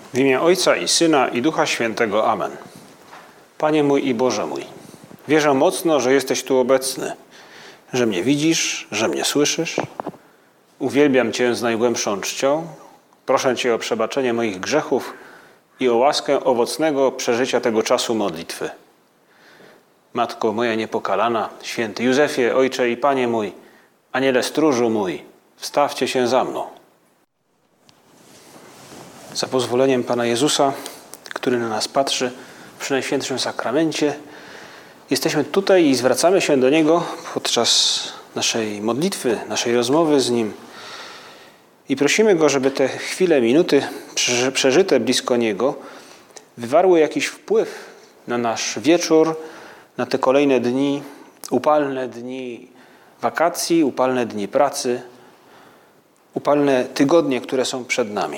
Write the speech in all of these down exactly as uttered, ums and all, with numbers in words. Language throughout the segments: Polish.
W imię Ojca i Syna i Ducha Świętego. Amen. Panie mój i Boże mój, wierzę mocno, że jesteś tu obecny, że mnie widzisz, że mnie słyszysz. Uwielbiam Cię z najgłębszą czcią. Proszę Cię o przebaczenie moich grzechów i o łaskę owocnego przeżycia tego czasu modlitwy. Matko moja niepokalana, święty Józefie, Ojcze i Panie mój, Aniele stróżu mój, wstawcie się za mną. Za pozwoleniem Pana Jezusa, który na nas patrzy przy Najświętszym Sakramencie, jesteśmy tutaj i zwracamy się do Niego podczas naszej modlitwy, naszej rozmowy z Nim. I prosimy Go, żeby te chwile, minuty przeżyte blisko Niego wywarły jakiś wpływ na nasz wieczór, na te kolejne dni, upalne dni wakacji, upalne dni pracy, upalne tygodnie, które są przed nami.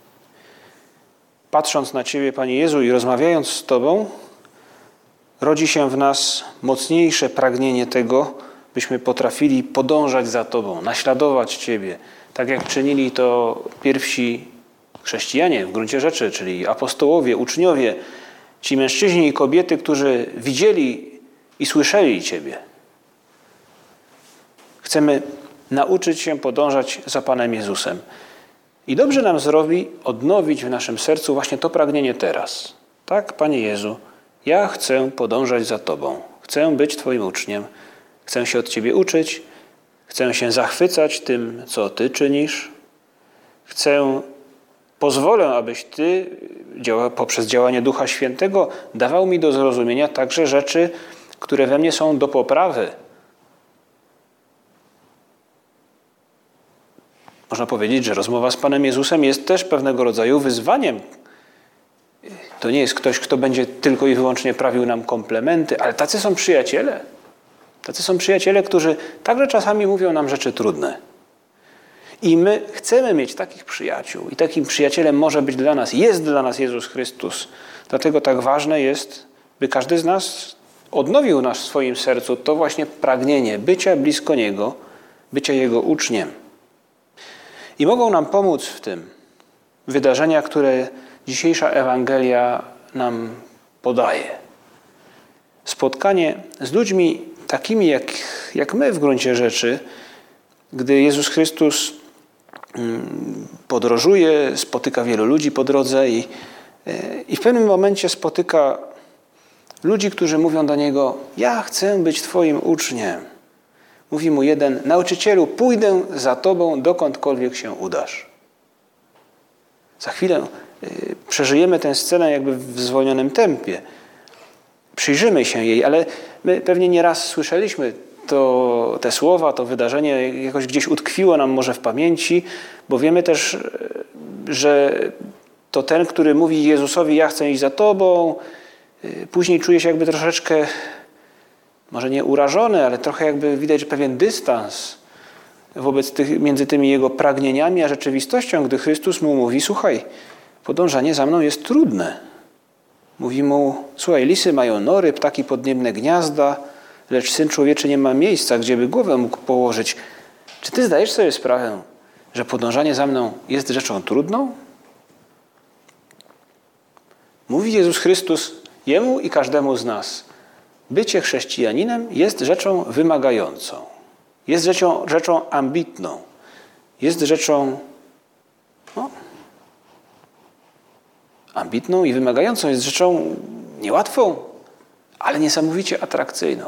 Patrząc na Ciebie, Panie Jezu, i rozmawiając z Tobą, rodzi się w nas mocniejsze pragnienie tego, byśmy potrafili podążać za Tobą, naśladować Ciebie, tak jak czynili to pierwsi chrześcijanie w gruncie rzeczy, czyli apostołowie, uczniowie, ci mężczyźni i kobiety, którzy widzieli i słyszeli Ciebie. Chcemy nauczyć się podążać za Panem Jezusem. I dobrze nam zrobi odnowić w naszym sercu właśnie to pragnienie teraz. Tak, Panie Jezu, ja chcę podążać za Tobą. Chcę być Twoim uczniem. Chcę się od Ciebie uczyć. Chcę się zachwycać tym, co Ty czynisz. Chcę, pozwolę, abyś Ty poprzez działanie Ducha Świętego dawał mi do zrozumienia także rzeczy, które we mnie są do poprawy. Można powiedzieć, że rozmowa z Panem Jezusem jest też pewnego rodzaju wyzwaniem. To nie jest ktoś, kto będzie tylko i wyłącznie prawił nam komplementy, ale tacy są przyjaciele. Tacy są przyjaciele, którzy także czasami mówią nam rzeczy trudne. I my chcemy mieć takich przyjaciół. I takim przyjacielem może być dla nas, jest dla nas Jezus Chrystus. Dlatego tak ważne jest, by każdy z nas odnowił nas w swoim sercu to właśnie pragnienie bycia blisko Niego, bycia Jego uczniem. I mogą nam pomóc w tym wydarzenia, które dzisiejsza Ewangelia nam podaje. Spotkanie z ludźmi takimi jak, jak my w gruncie rzeczy, gdy Jezus Chrystus podróżuje, spotyka wielu ludzi po drodze i, i w pewnym momencie spotyka ludzi, którzy mówią do Niego: ja chcę być Twoim uczniem. Mówi mu jeden: nauczycielu, pójdę za Tobą, dokądkolwiek się udasz. Za chwilę y, przeżyjemy tę scenę jakby w zwolnionym tempie. Przyjrzymy się jej, ale my pewnie nieraz słyszeliśmy to, te słowa, to wydarzenie jakoś gdzieś utkwiło nam może w pamięci, bo wiemy też, że to ten, który mówi Jezusowi: ja chcę iść za Tobą, y, później czuje się jakby troszeczkę, może nie urażony, ale trochę jakby widać, że pewien dystans wobec tych, między tymi jego pragnieniami a rzeczywistością, gdy Chrystus mu mówi: słuchaj, podążanie za mną jest trudne. Mówi mu: słuchaj, lisy mają nory, ptaki podniebne gniazda, lecz Syn Człowieczy nie ma miejsca, gdzie by głowę mógł położyć. Czy ty zdajesz sobie sprawę, że podążanie za mną jest rzeczą trudną? Mówi Jezus Chrystus jemu i każdemu z nas: bycie chrześcijaninem jest rzeczą wymagającą, jest rzeczą, rzeczą ambitną, jest rzeczą no, ambitną i wymagającą, jest rzeczą niełatwą, ale niesamowicie atrakcyjną.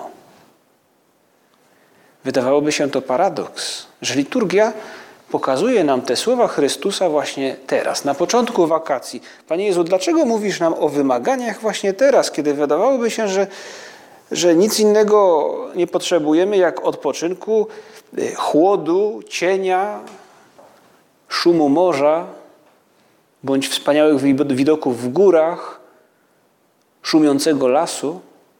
Wydawałoby się to paradoks, że liturgia pokazuje nam te słowa Chrystusa właśnie teraz, na początku wakacji. Panie Jezu, dlaczego mówisz nam o wymaganiach właśnie teraz, kiedy wydawałoby się, że że nic innego nie potrzebujemy jak odpoczynku, chłodu, cienia, szumu morza, bądź wspaniałych widoków w górach, szumiącego lasu.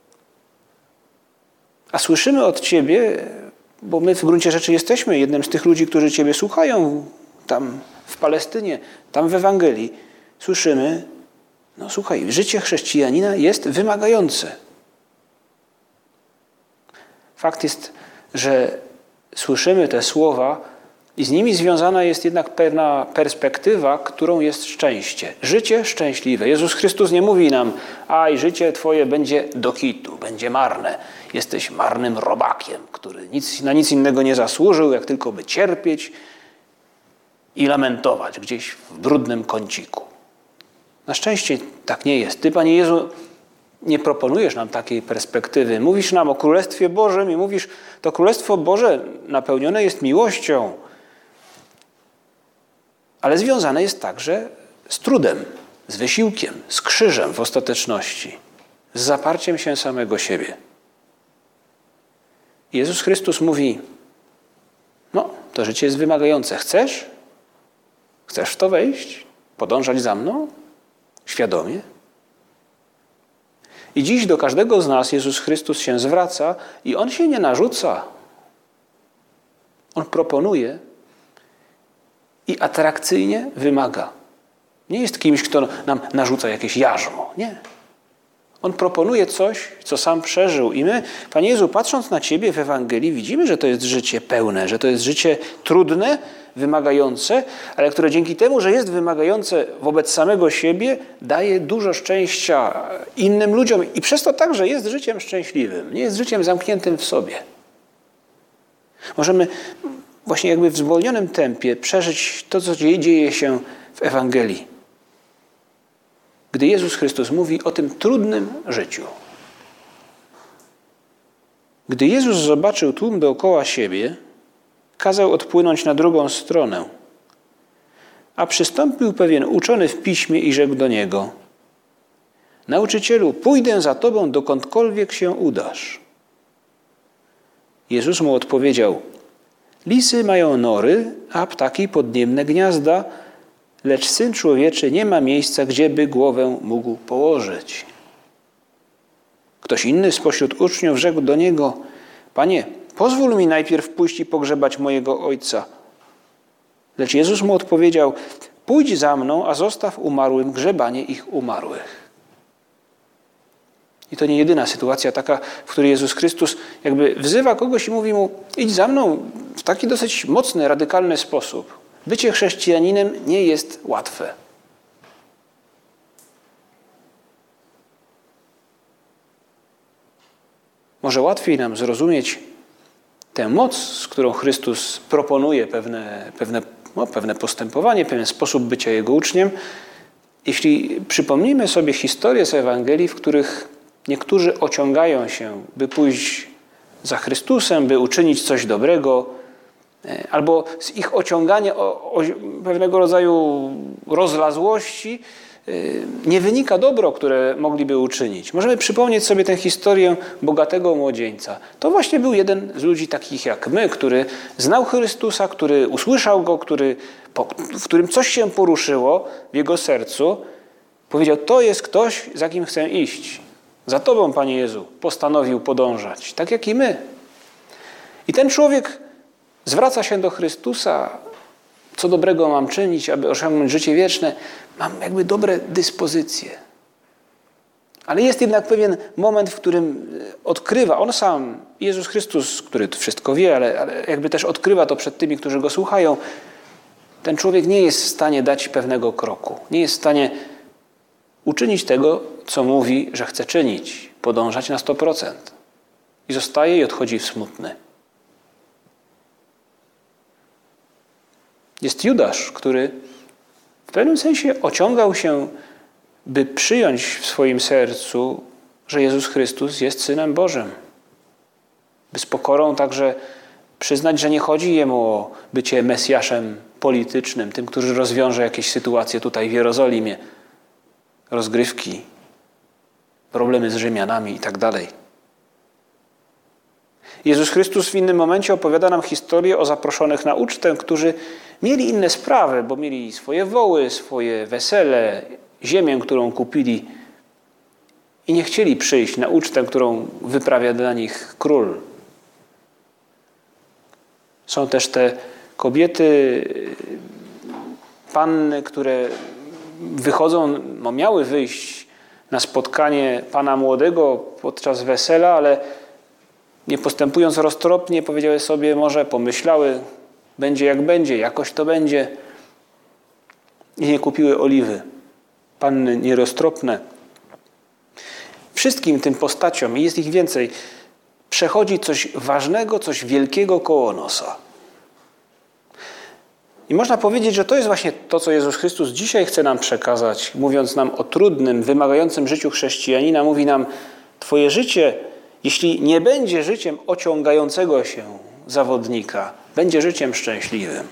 A słyszymy od Ciebie, bo my w gruncie rzeczy jesteśmy jednym z tych ludzi, którzy Ciebie słuchają tam w Palestynie, tam w Ewangelii. Słyszymy: no słuchaj, życie chrześcijanina jest wymagające. Fakt jest, że słyszymy te słowa I z nimi związana jest jednak pewna perspektywa, którą jest szczęście. Życie szczęśliwe. Jezus Chrystus nie mówi nam, aj, życie twoje będzie do kitu, będzie marne. Jesteś marnym robakiem, który nic, na nic innego nie zasłużył, jak tylko by cierpieć i lamentować gdzieś w brudnym kąciku. Na szczęście tak nie jest. Ty, Panie Jezu, nie proponujesz nam takiej perspektywy. Mówisz nam o Królestwie Bożym i mówisz, to Królestwo Boże napełnione jest miłością, ale związane jest także z trudem, z wysiłkiem, z krzyżem w ostateczności, z zaparciem się samego siebie. Jezus Chrystus mówi, no, to życie jest wymagające. Chcesz? Chcesz w to wejść? Podążać za mną? Świadomie? I dziś do każdego z nas Jezus Chrystus się zwraca i On się nie narzuca. On proponuje i atrakcyjnie wymaga. Nie jest kimś, kto nam narzuca jakieś jarzmo. Nie. On proponuje coś, co sam przeżył. I my, Panie Jezu, patrząc na Ciebie w Ewangelii, widzimy, że to jest życie pełne, że to jest życie trudne, wymagające, ale które dzięki temu, że jest wymagające wobec samego siebie, daje dużo szczęścia innym ludziom i przez to także jest życiem szczęśliwym, nie jest życiem zamkniętym w sobie. Możemy właśnie jakby w zwolnionym tempie przeżyć to, co dzieje się w Ewangelii. Gdy Jezus Chrystus mówi o tym trudnym życiu. Gdy Jezus zobaczył tłum dookoła siebie, kazał odpłynąć na drugą stronę. A przystąpił pewien uczony w piśmie i rzekł do Niego: Nauczycielu, pójdę za Tobą, dokądkolwiek się udasz. Jezus mu odpowiedział: Lisy mają nory, a ptaki podniebne gniazda, lecz Syn Człowieczy nie ma miejsca, gdzie by głowę mógł położyć. Ktoś inny spośród uczniów rzekł do Niego: Panie, pozwól mi najpierw pójść i pogrzebać mojego ojca. Lecz Jezus mu odpowiedział: Pójdź za mną, a zostaw umarłym grzebanie ich umarłych. I to nie jedyna sytuacja taka, w której Jezus Chrystus jakby wzywa kogoś i mówi mu: idź za mną w taki dosyć mocny, radykalny sposób. Bycie chrześcijaninem nie jest łatwe. Może łatwiej nam zrozumieć tę moc, z którą Chrystus proponuje pewne, pewne, no, pewne postępowanie, pewien sposób bycia Jego uczniem, jeśli przypomnimy sobie historię z Ewangelii, w których niektórzy ociągają się, by pójść za Chrystusem, by uczynić coś dobrego, albo z ich ociągania o, o pewnego rodzaju rozlazłości nie wynika dobro, które mogliby uczynić. Możemy przypomnieć sobie tę historię bogatego młodzieńca. To właśnie był jeden z ludzi takich jak my, który znał Chrystusa, który usłyszał Go, który, w którym coś się poruszyło w jego sercu. Powiedział: to jest ktoś, za kim chcę iść. Za Tobą, Panie Jezu, postanowił podążać, tak jak i my. I ten człowiek zwraca się do Chrystusa: co dobrego mam czynić, aby osiągnąć życie wieczne? Mam jakby dobre dyspozycje. Ale jest jednak pewien moment, w którym odkrywa, on sam, Jezus Chrystus, który to wszystko wie, ale, ale jakby też odkrywa to przed tymi, którzy Go słuchają. Ten człowiek nie jest w stanie dać pewnego kroku. Nie jest w stanie uczynić tego, co mówi, że chce czynić. Podążać na sto procent. I zostaje i odchodzi w smutny. Jest Judasz, który w pewnym sensie ociągał się, by przyjąć w swoim sercu, że Jezus Chrystus jest Synem Bożym. By z pokorą także przyznać, że nie chodzi Jemu o bycie Mesjaszem politycznym, tym, który rozwiąże jakieś sytuacje tutaj w Jerozolimie, rozgrywki, problemy z Rzymianami i tak dalej. Jezus Chrystus w innym momencie opowiada nam historię o zaproszonych na ucztę, którzy mieli inne sprawy, bo mieli swoje woły, swoje wesele, ziemię, którą kupili i nie chcieli przyjść na ucztę, którą wyprawia dla nich król. Są też te kobiety, panny, które wychodzą, no miały wyjść na spotkanie pana młodego podczas wesela, ale nie postępując roztropnie, powiedziały sobie, może pomyślały, Będzie jak będzie, jakoś to będzie. I nie kupiły oliwy. Panny nieroztropne. Wszystkim tym postaciom, i jest ich więcej, przechodzi coś ważnego, coś wielkiego koło nosa. I można powiedzieć, że to jest właśnie to, co Jezus Chrystus dzisiaj chce nam przekazać, mówiąc nam o trudnym, wymagającym życiu chrześcijanina. Mówi nam, twoje życie, jeśli nie będzie życiem ociągającego się zawodnika, będzie życiem szczęśliwym.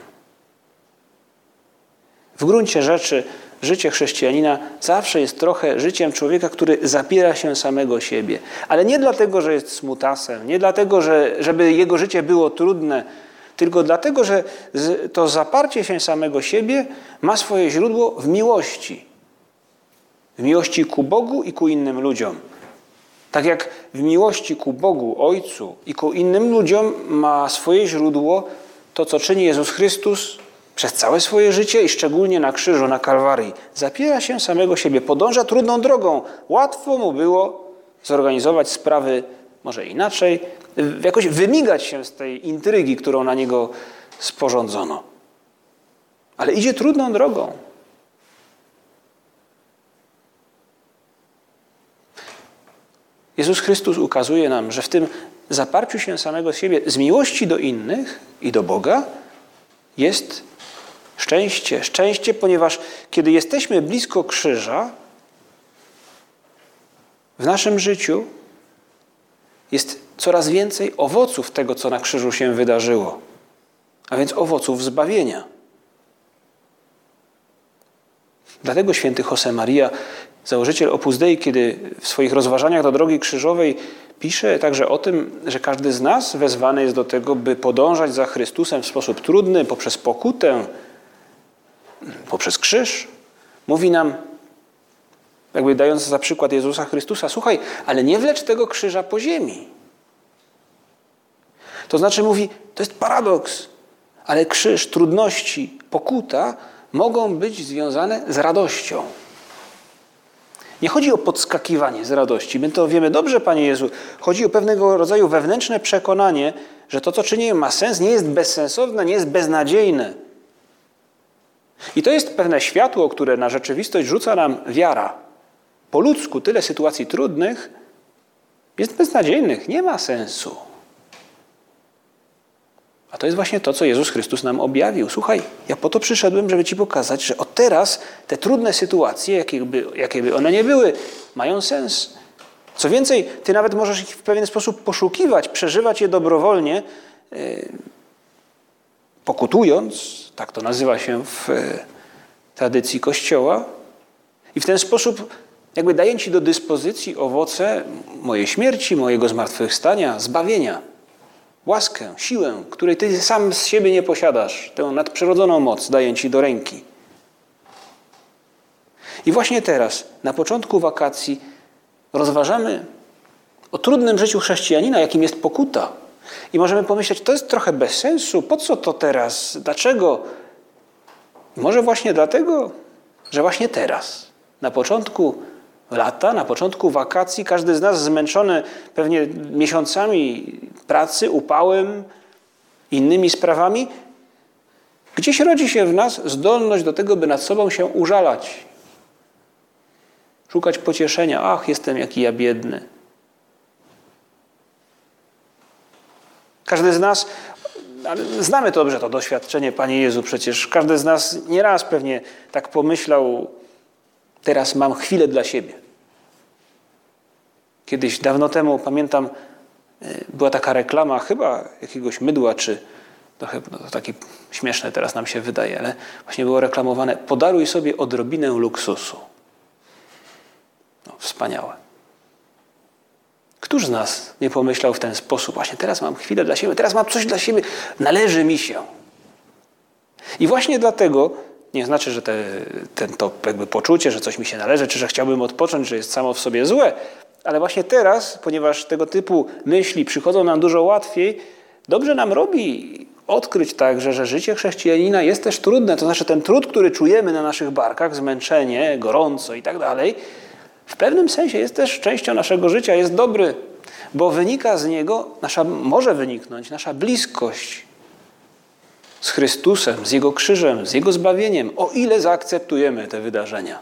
W gruncie rzeczy życie chrześcijanina zawsze jest trochę życiem człowieka, który zapiera się samego siebie. Ale nie dlatego, że jest smutasem, nie dlatego, że, żeby jego życie było trudne, tylko dlatego, że to zaparcie się samego siebie ma swoje źródło w miłości. W miłości ku Bogu i ku innym ludziom. Tak jak w miłości ku Bogu, Ojcu i ku innym ludziom ma swoje źródło to, co czyni Jezus Chrystus przez całe swoje życie i szczególnie na krzyżu, na Kalwarii. Zapiera się samego siebie, podąża trudną drogą. Łatwo mu było zorganizować sprawy może inaczej, jakoś wymigać się z tej intrygi, którą na niego sporządzono. Ale idzie trudną drogą. Jezus Chrystus ukazuje nam, że w tym zaparciu się samego siebie z miłości do innych i do Boga jest szczęście. Szczęście, ponieważ kiedy jesteśmy blisko krzyża, w naszym życiu jest coraz więcej owoców tego, co na krzyżu się wydarzyło, a więc owoców zbawienia. Dlatego święty Josemaria, założyciel Opus Dei, kiedy w swoich rozważaniach do drogi krzyżowej pisze także o tym, że każdy z nas wezwany jest do tego, by podążać za Chrystusem w sposób trudny, poprzez pokutę, poprzez krzyż. Mówi nam, jakby dając za przykład Jezusa Chrystusa, słuchaj, ale nie wlecz tego krzyża po ziemi. To znaczy mówi, to jest paradoks, ale krzyż, trudności, pokuta mogą być związane z radością. Nie chodzi o podskakiwanie z radości. My to wiemy dobrze, Panie Jezu. Chodzi o pewnego rodzaju wewnętrzne przekonanie, że to, co czynimy, ma sens, nie jest bezsensowne, nie jest beznadziejne. I to jest pewne światło, które na rzeczywistość rzuca nam wiara. Po ludzku tyle sytuacji trudnych jest beznadziejnych, nie ma sensu. A to jest właśnie to, co Jezus Chrystus nam objawił. Słuchaj, ja po to przyszedłem, żeby Ci pokazać, że od teraz te trudne sytuacje, jakie by, jakie by one nie były, mają sens. Co więcej, Ty nawet możesz ich w pewien sposób poszukiwać, przeżywać je dobrowolnie, yy, pokutując, tak to nazywa się w yy, tradycji Kościoła. I w ten sposób jakby daję Ci do dyspozycji owoce mojej śmierci, mojego zmartwychwstania, zbawienia. Łaskę, siłę, której Ty sam z siebie nie posiadasz. Tę nadprzyrodzoną moc daję Ci do ręki. I właśnie teraz, na początku wakacji, rozważamy o trudnym życiu chrześcijanina, jakim jest pokuta. I możemy pomyśleć, to jest trochę bez sensu. Po co to teraz? Dlaczego? Może właśnie dlatego, że właśnie teraz, na początku lata, na początku wakacji, każdy z nas zmęczony pewnie miesiącami pracy, upałem, innymi sprawami, gdzieś rodzi się w nas zdolność do tego, by nad sobą się użalać. Szukać pocieszenia. Ach, jestem jaki ja biedny. Każdy z nas, znamy to dobrze to doświadczenie, Panie Jezu, przecież każdy z nas nieraz pewnie tak pomyślał, teraz mam chwilę dla siebie. Kiedyś, dawno temu, pamiętam, była taka reklama chyba jakiegoś mydła, czy trochę no, to takie śmieszne teraz nam się wydaje, ale właśnie było reklamowane, podaruj sobie odrobinę luksusu. No, wspaniałe. Któż z nas nie pomyślał w ten sposób, właśnie teraz mam chwilę dla siebie, teraz mam coś dla siebie, należy mi się. I właśnie dlatego, nie znaczy, że te, ten, to jakby poczucie, że coś mi się należy, czy że chciałbym odpocząć, że jest samo w sobie złe, ale właśnie teraz, ponieważ tego typu myśli przychodzą nam dużo łatwiej, dobrze nam robi odkryć także, że życie chrześcijanina jest też trudne. To znaczy ten trud, który czujemy na naszych barkach, zmęczenie, gorąco i tak dalej, w pewnym sensie jest też częścią naszego życia, jest dobry, bo wynika z niego, nasza, może wyniknąć nasza bliskość z Chrystusem, z Jego krzyżem, z Jego zbawieniem, o ile zaakceptujemy te wydarzenia.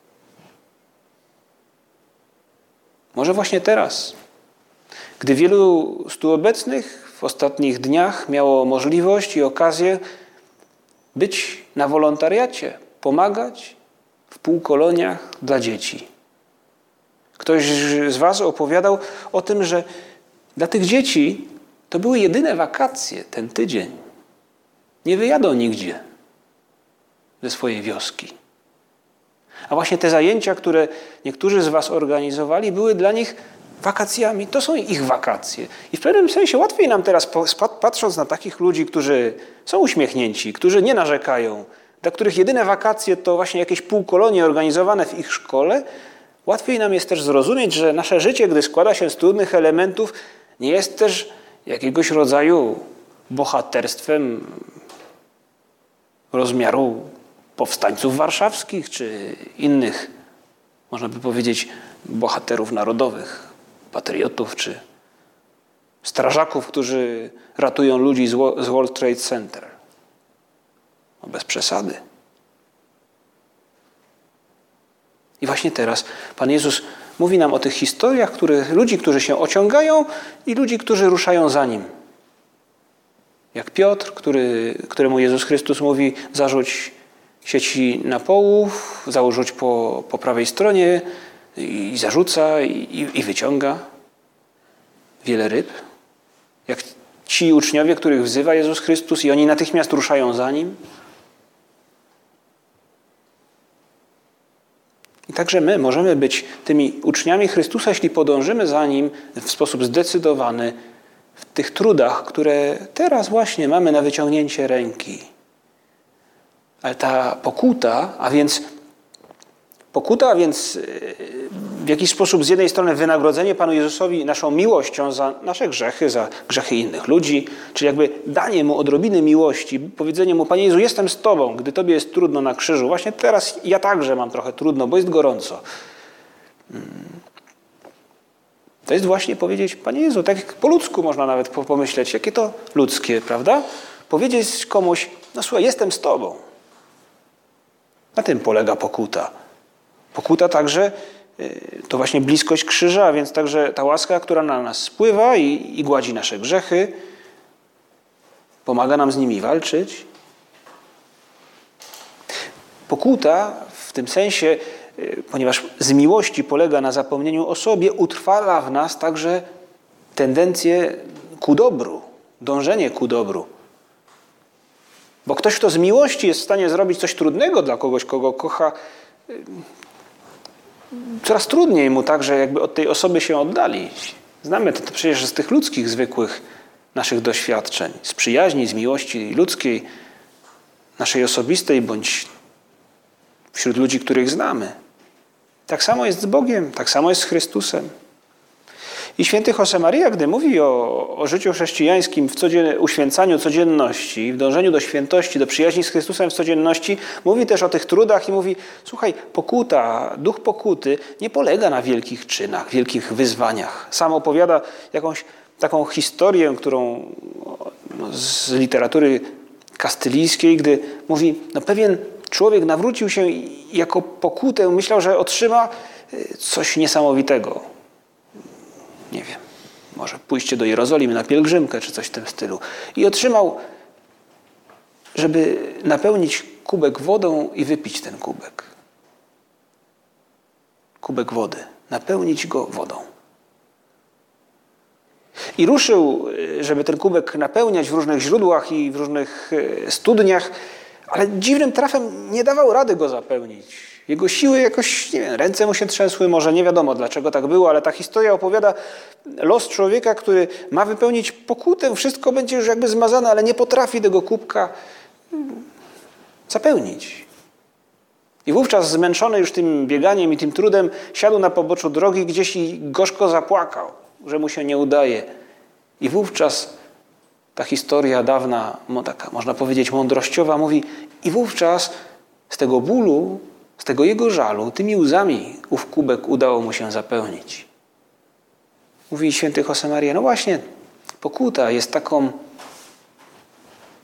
Może właśnie teraz, gdy wielu z tu obecnych w ostatnich dniach miało możliwość i okazję być na wolontariacie, pomagać w półkoloniach dla dzieci. Ktoś z was opowiadał o tym, że dla tych dzieci to były jedyne wakacje ten tydzień. Nie wyjadą nigdzie ze swojej wioski. A właśnie te zajęcia, które niektórzy z was organizowali, były dla nich wakacjami. To są ich wakacje. I w pewnym sensie łatwiej nam teraz, patrząc na takich ludzi, którzy są uśmiechnięci, którzy nie narzekają, dla których jedyne wakacje to właśnie jakieś półkolonie organizowane w ich szkole, łatwiej nam jest też zrozumieć, że nasze życie, gdy składa się z trudnych elementów, nie jest też jakiegoś rodzaju bohaterstwem rozmiaru powstańców warszawskich czy innych, można by powiedzieć, bohaterów narodowych, patriotów czy strażaków, którzy ratują ludzi z World Trade Center. No bez przesady. I właśnie teraz Pan Jezus mówi nam o tych historiach, których, ludzi, którzy się ociągają i ludzi, którzy ruszają za Nim. Jak Piotr, który, któremu Jezus Chrystus mówi: zarzuć sieci na połów, załóż po, po prawej stronie i zarzuca i, i wyciąga wiele ryb. Jak ci uczniowie, których wzywa Jezus Chrystus i oni natychmiast ruszają za Nim. I także my możemy być tymi uczniami Chrystusa, jeśli podążymy za Nim w sposób zdecydowany w tych trudach, które teraz właśnie mamy na wyciągnięcie ręki. Ale ta pokuta, a więc pokuta, a więc w jakiś sposób z jednej strony wynagrodzenie Panu Jezusowi naszą miłością za nasze grzechy, za grzechy innych ludzi, czyli jakby danie Mu odrobiny miłości, powiedzenie Mu: Panie Jezu, jestem z Tobą, gdy Tobie jest trudno na krzyżu. Właśnie teraz ja także mam trochę trudno, bo jest gorąco. To jest właśnie powiedzieć: Panie Jezu, tak jak po ludzku można nawet pomyśleć, jakie to ludzkie, prawda? Powiedzieć komuś: no słuchaj, jestem z Tobą. Na tym polega pokuta. Pokuta także to właśnie bliskość krzyża, a więc także ta łaska, która na nas spływa i, i gładzi nasze grzechy, pomaga nam z nimi walczyć. Pokuta w tym sensie, ponieważ z miłości polega na zapomnieniu o sobie, utrwala w nas także tendencję ku dobru, dążenie ku dobru. Bo ktoś, kto z miłości jest w stanie zrobić coś trudnego dla kogoś, kogo kocha, coraz trudniej mu także jakby od tej osoby się oddalić. Znamy to, to przecież z tych ludzkich, zwykłych naszych doświadczeń, z przyjaźni, z miłości ludzkiej, naszej osobistej, bądź wśród ludzi, których znamy. Tak samo jest z Bogiem, tak samo jest z Chrystusem. I święty Josemaria, gdy mówi o, o życiu chrześcijańskim, w codzien... uświęcaniu codzienności, w dążeniu do świętości, do przyjaźni z Chrystusem w codzienności, mówi też o tych trudach i mówi: słuchaj, pokuta, duch pokuty nie polega na wielkich czynach, wielkich wyzwaniach. Sam opowiada jakąś taką historię, którą no, z literatury kastylijskiej, gdy mówi: no pewien człowiek nawrócił się i jako pokutę myślał, że otrzyma coś niesamowitego. Nie wiem, może pójście do Jerozolimy na pielgrzymkę, czy coś w tym stylu. I otrzymał, żeby napełnić kubek wodą i wypić ten kubek. Kubek wody. Napełnić go wodą. I ruszył, żeby ten kubek napełniać w różnych źródłach i w różnych studniach, ale dziwnym trafem nie dawał rady go zapełnić. Jego siły jakoś, nie wiem, ręce mu się trzęsły, może nie wiadomo dlaczego tak było, ale ta historia opowiada los człowieka, który ma wypełnić pokutę, wszystko będzie już jakby zmazane, ale nie potrafi tego kubka zapełnić. I wówczas zmęczony już tym bieganiem i tym trudem siadł na poboczu drogi gdzieś i gorzko zapłakał, że mu się nie udaje. I wówczas ta historia dawna, taka można powiedzieć mądrościowa, mówi: i wówczas z tego bólu, z tego jego żalu, tymi łzami ów kubek udało mu się zapełnić. Mówi święty Josemaria: no właśnie, pokuta jest taką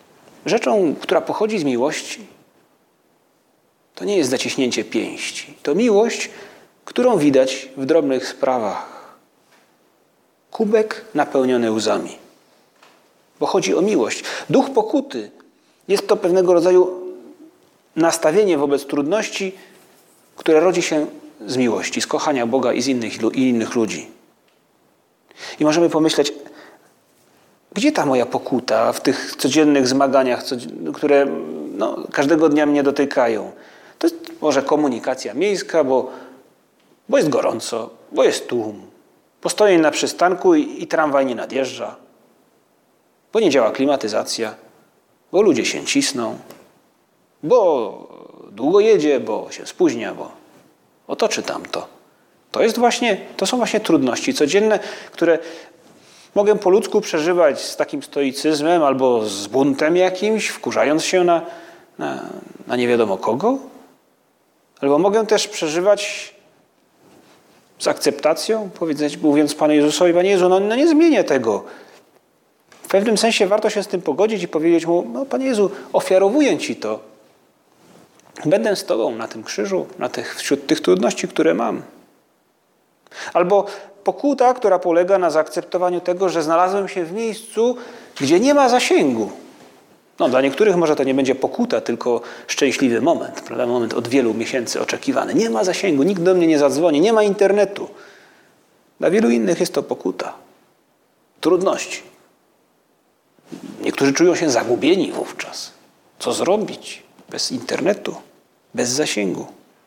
rzeczą, która pochodzi z miłości, to nie jest zaciśnięcie pięści. To miłość, którą widać w drobnych sprawach. Kubek napełniony łzami. Bo chodzi o miłość. Duch pokuty jest to pewnego rodzaju nastawienie wobec trudności, które rodzi się z miłości, z kochania Boga i z innych, i innych ludzi. I możemy pomyśleć, gdzie ta moja pokuta w tych codziennych zmaganiach, które no, każdego dnia mnie dotykają? To jest może komunikacja miejska, bo, bo jest gorąco, bo jest tłum, bo stoję na przystanku i, i tramwaj nie nadjeżdża, bo nie działa klimatyzacja, bo ludzie się cisną, bo długo jedzie, bo się spóźnia, bo oto czy tamto. To jest właśnie, to są właśnie trudności codzienne, które mogę po ludzku przeżywać z takim stoicyzmem albo z buntem jakimś, wkurzając się na, na, na nie wiadomo kogo. Albo mogę też przeżywać z akceptacją, powiedzieć, mówiąc Panu Jezusowi, Panie Jezu, no, no nie zmienię tego. W pewnym sensie warto się z tym pogodzić i powiedzieć Mu, no Panie Jezu, ofiarowuję Ci to. Będę z Tobą na tym krzyżu, na tych, wśród tych trudności, które mam. Albo pokuta, która polega na zaakceptowaniu tego, że znalazłem się w miejscu, gdzie nie ma zasięgu. No, dla niektórych może to nie będzie pokuta, tylko szczęśliwy moment, prawda? Moment od wielu miesięcy oczekiwany. Nie ma zasięgu, nikt do mnie nie zadzwoni, nie ma internetu. Dla wielu innych jest to pokuta. Trudności. Niektórzy czują się zagubieni wówczas. Co zrobić bez internetu, bez zasięgu?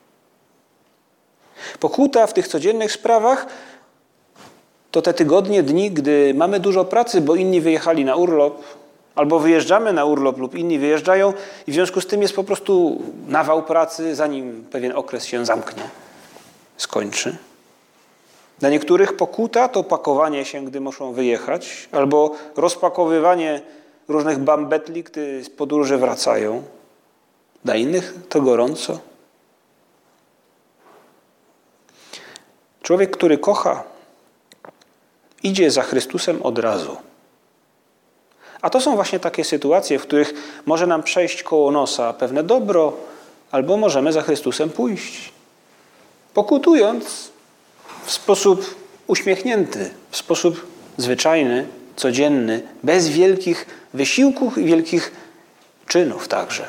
Pokuta w tych codziennych sprawach to te tygodnie, dni, gdy mamy dużo pracy, bo inni wyjechali na urlop, albo wyjeżdżamy na urlop lub inni wyjeżdżają i w związku z tym jest po prostu nawał pracy, zanim pewien okres się zamknie, skończy. Dla niektórych pokuta to pakowanie się, gdy muszą wyjechać, albo rozpakowywanie różnych bambetli, gdy z podróży wracają. Dla innych to gorąco. Człowiek, który kocha, idzie za Chrystusem od razu. A to są właśnie takie sytuacje, w których może nam przejść koło nosa pewne dobro, albo możemy za Chrystusem pójść. Pokutując w sposób uśmiechnięty, w sposób zwyczajny, codzienny, bez wielkich wysiłków i wielkich czynów także.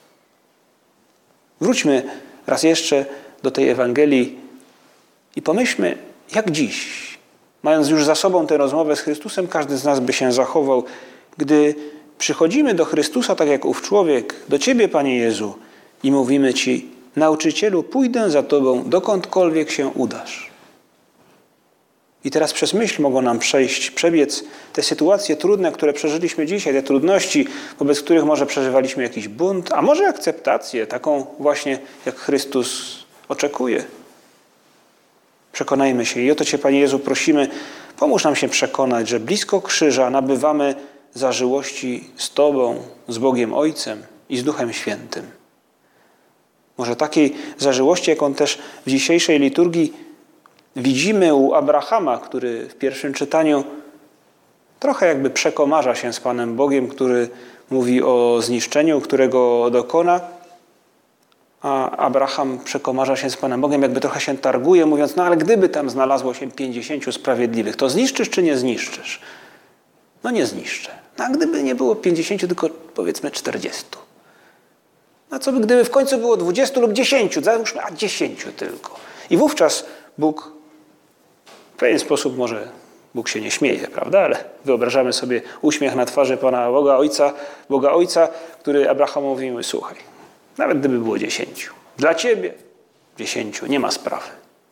Wróćmy raz jeszcze do tej Ewangelii i pomyślmy, jak dziś, mając już za sobą tę rozmowę z Chrystusem, każdy z nas by się zachował, gdy przychodzimy do Chrystusa, tak jak ów człowiek, do Ciebie, Panie Jezu, i mówimy Ci, Nauczycielu, pójdę za Tobą, dokądkolwiek się udasz. I teraz przez myśl mogą nam przejść, przebiec te sytuacje trudne, które przeżyliśmy dzisiaj, te trudności, wobec których może przeżywaliśmy jakiś bunt, a może akceptację, taką właśnie, jak Chrystus oczekuje. Przekonajmy się i o to Cię, Panie Jezu, prosimy, pomóż nam się przekonać, że blisko krzyża nabywamy zażyłości z Tobą, z Bogiem Ojcem i z Duchem Świętym. Może takiej zażyłości, jaką też w dzisiejszej liturgii widzimy u Abrahama, który w pierwszym czytaniu trochę jakby przekomarza się z Panem Bogiem, który mówi o zniszczeniu, którego dokona, a Abraham przekomarza się z Panem Bogiem, jakby trochę się targuje, mówiąc, no ale gdyby tam znalazło się pięćdziesięciu sprawiedliwych, to zniszczysz czy nie zniszczysz? No nie zniszczę. No a gdyby nie było pięćdziesięciu, tylko powiedzmy czterdziestu. No co by gdyby w końcu było dwudziestu lub dziesięciu, załóżmy, a dziesięciu tylko. I wówczas Bóg w pewien sposób może Bóg się nie śmieje, prawda? Ale wyobrażamy sobie uśmiech na twarzy Pana Boga Ojca, Boga Ojca, który Abrahamowi mówi, słuchaj, nawet gdyby było dziesięciu, dla Ciebie dziesięciu, nie ma sprawy.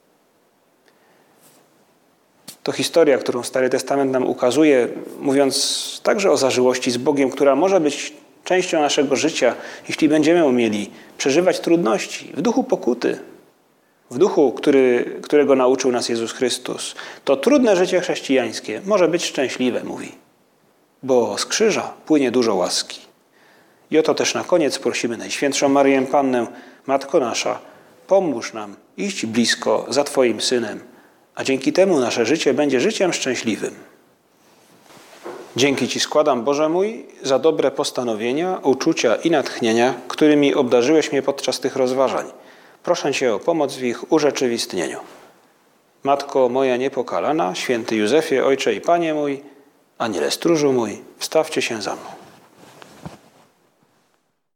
To historia, którą Stary Testament nam ukazuje, mówiąc także o zażyłości z Bogiem, która może być częścią naszego życia, jeśli będziemy umieli przeżywać trudności w duchu pokuty, w duchu, który, którego nauczył nas Jezus Chrystus. To trudne życie chrześcijańskie może być szczęśliwe, mówi, bo z krzyża płynie dużo łaski. I o to też na koniec prosimy Najświętszą Maryję Pannę, Matko nasza, pomóż nam iść blisko za Twoim Synem, a dzięki temu nasze życie będzie życiem szczęśliwym. Dzięki Ci składam, Boże mój, za dobre postanowienia, uczucia i natchnienia, którymi obdarzyłeś mnie podczas tych rozważań. Proszę Cię o pomoc w ich urzeczywistnieniu. Matko moja niepokalana, święty Józefie, Ojcze i Panie mój, Aniele stróżu mój, wstawcie się za mną.